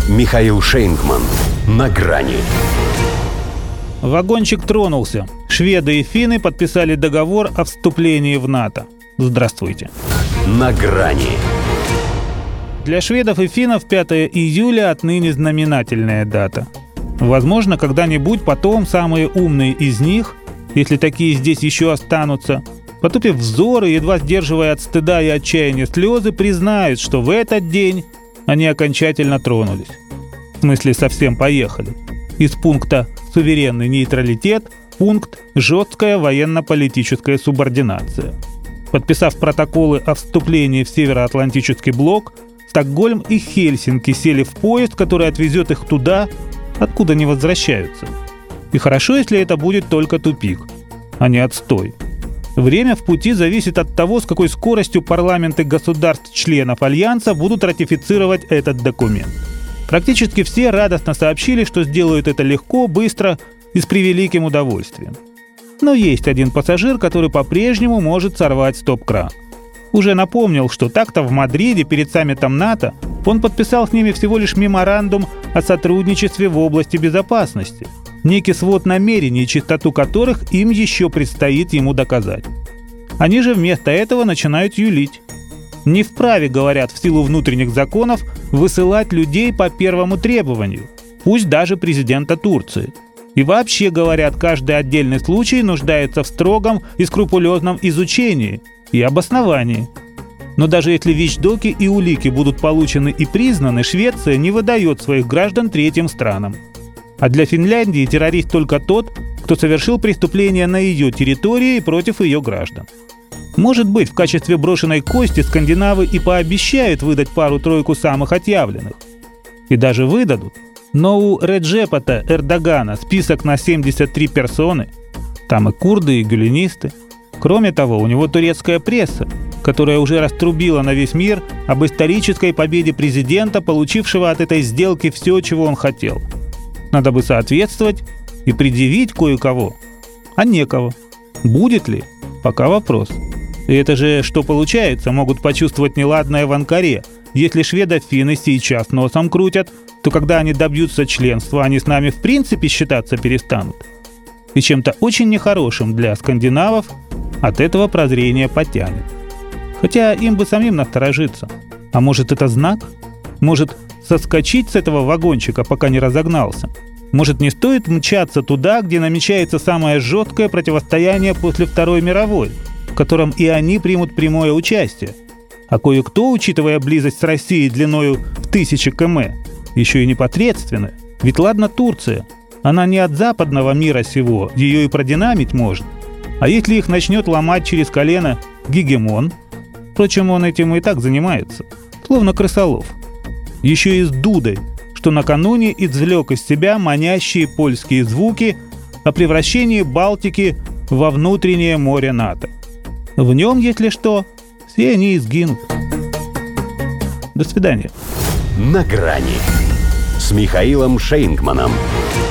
Михаил Шейнгман. На грани. Вагончик тронулся. Шведы и финны подписали договор о вступлении в НАТО. Здравствуйте. На грани. Для шведов и финнов 5 июля отныне знаменательная дата. Возможно, когда-нибудь потом самые умные из них, если такие здесь еще останутся, потупив взоры, едва сдерживая от стыда и отчаяния слезы, признают, что в этот день они окончательно тронулись. В смысле, совсем поехали. Из пункта «суверенный нейтралитет» в пункт «жесткая военно-политическая субординация». Подписав протоколы о вступлении в Североатлантический блок, Стокгольм и Хельсинки сели в поезд, который отвезет их туда, откуда не возвращаются. И хорошо, если это будет только тупик, а не отстой. Время в пути зависит от того, с какой скоростью парламенты государств-членов Альянса будут ратифицировать этот документ. Практически все радостно сообщили, что сделают это легко, быстро и с превеликим удовольствием. Но есть один пассажир, который по-прежнему может сорвать стоп-кран. Уже напомнил, что так-то в Мадриде перед саммитом НАТО он подписал с ними всего лишь меморандум о сотрудничестве в области безопасности, некий свод намерений, чистоту которых им еще предстоит ему доказать. Они же вместо этого начинают юлить. Не вправе, говорят, в силу внутренних законов высылать людей по первому требованию, пусть даже президента Турции. И вообще, говорят, каждый отдельный случай нуждается в строгом и скрупулезном изучении и обосновании. Но даже если вещдоки и улики будут получены и признаны, Швеция не выдает своих граждан третьим странам. А для Финляндии террорист только тот, кто совершил преступление на ее территории и против ее граждан. Может быть, в качестве брошенной кости скандинавы и пообещают выдать пару-тройку самых отъявленных. И даже выдадут. Но у Реджепа Эрдогана список на 73 персоны. Там и курды, и гюленисты. Кроме того, у него турецкая пресса, которая уже раструбила на весь мир об исторической победе президента, получившего от этой сделки все, чего он хотел. Надо бы соответствовать и предъявить кое-кого, а некого. Будет ли? Пока вопрос. И это же что получается, могут почувствовать неладное в Анкаре. Если шведо-финны сейчас носом крутят, то когда они добьются членства, они с нами в принципе считаться перестанут. И чем-то очень нехорошим для скандинавов от этого прозрения потянет. Хотя им бы самим насторожиться. А может, это знак? Может, соскочить с этого вагончика, пока не разогнался? Может, не стоит мчаться туда, где намечается самое жесткое противостояние после Второй мировой, в котором и они примут прямое участие? А кое-кто, учитывая близость с Россией длиною в 1000 км, еще и непосредственно. Ведь ладно Турция, она не от западного мира сего, ее и продинамить может. А если их начнет ломать через колено гегемон? Впрочем, он этим и так занимается, словно крысолов. Еще и с Дудой, что накануне извлек из себя манящие польские звуки о превращении Балтики во внутреннее море НАТО. В нем, если что, все они и сгинут. До свидания. На грани с Михаилом Шейнгманом.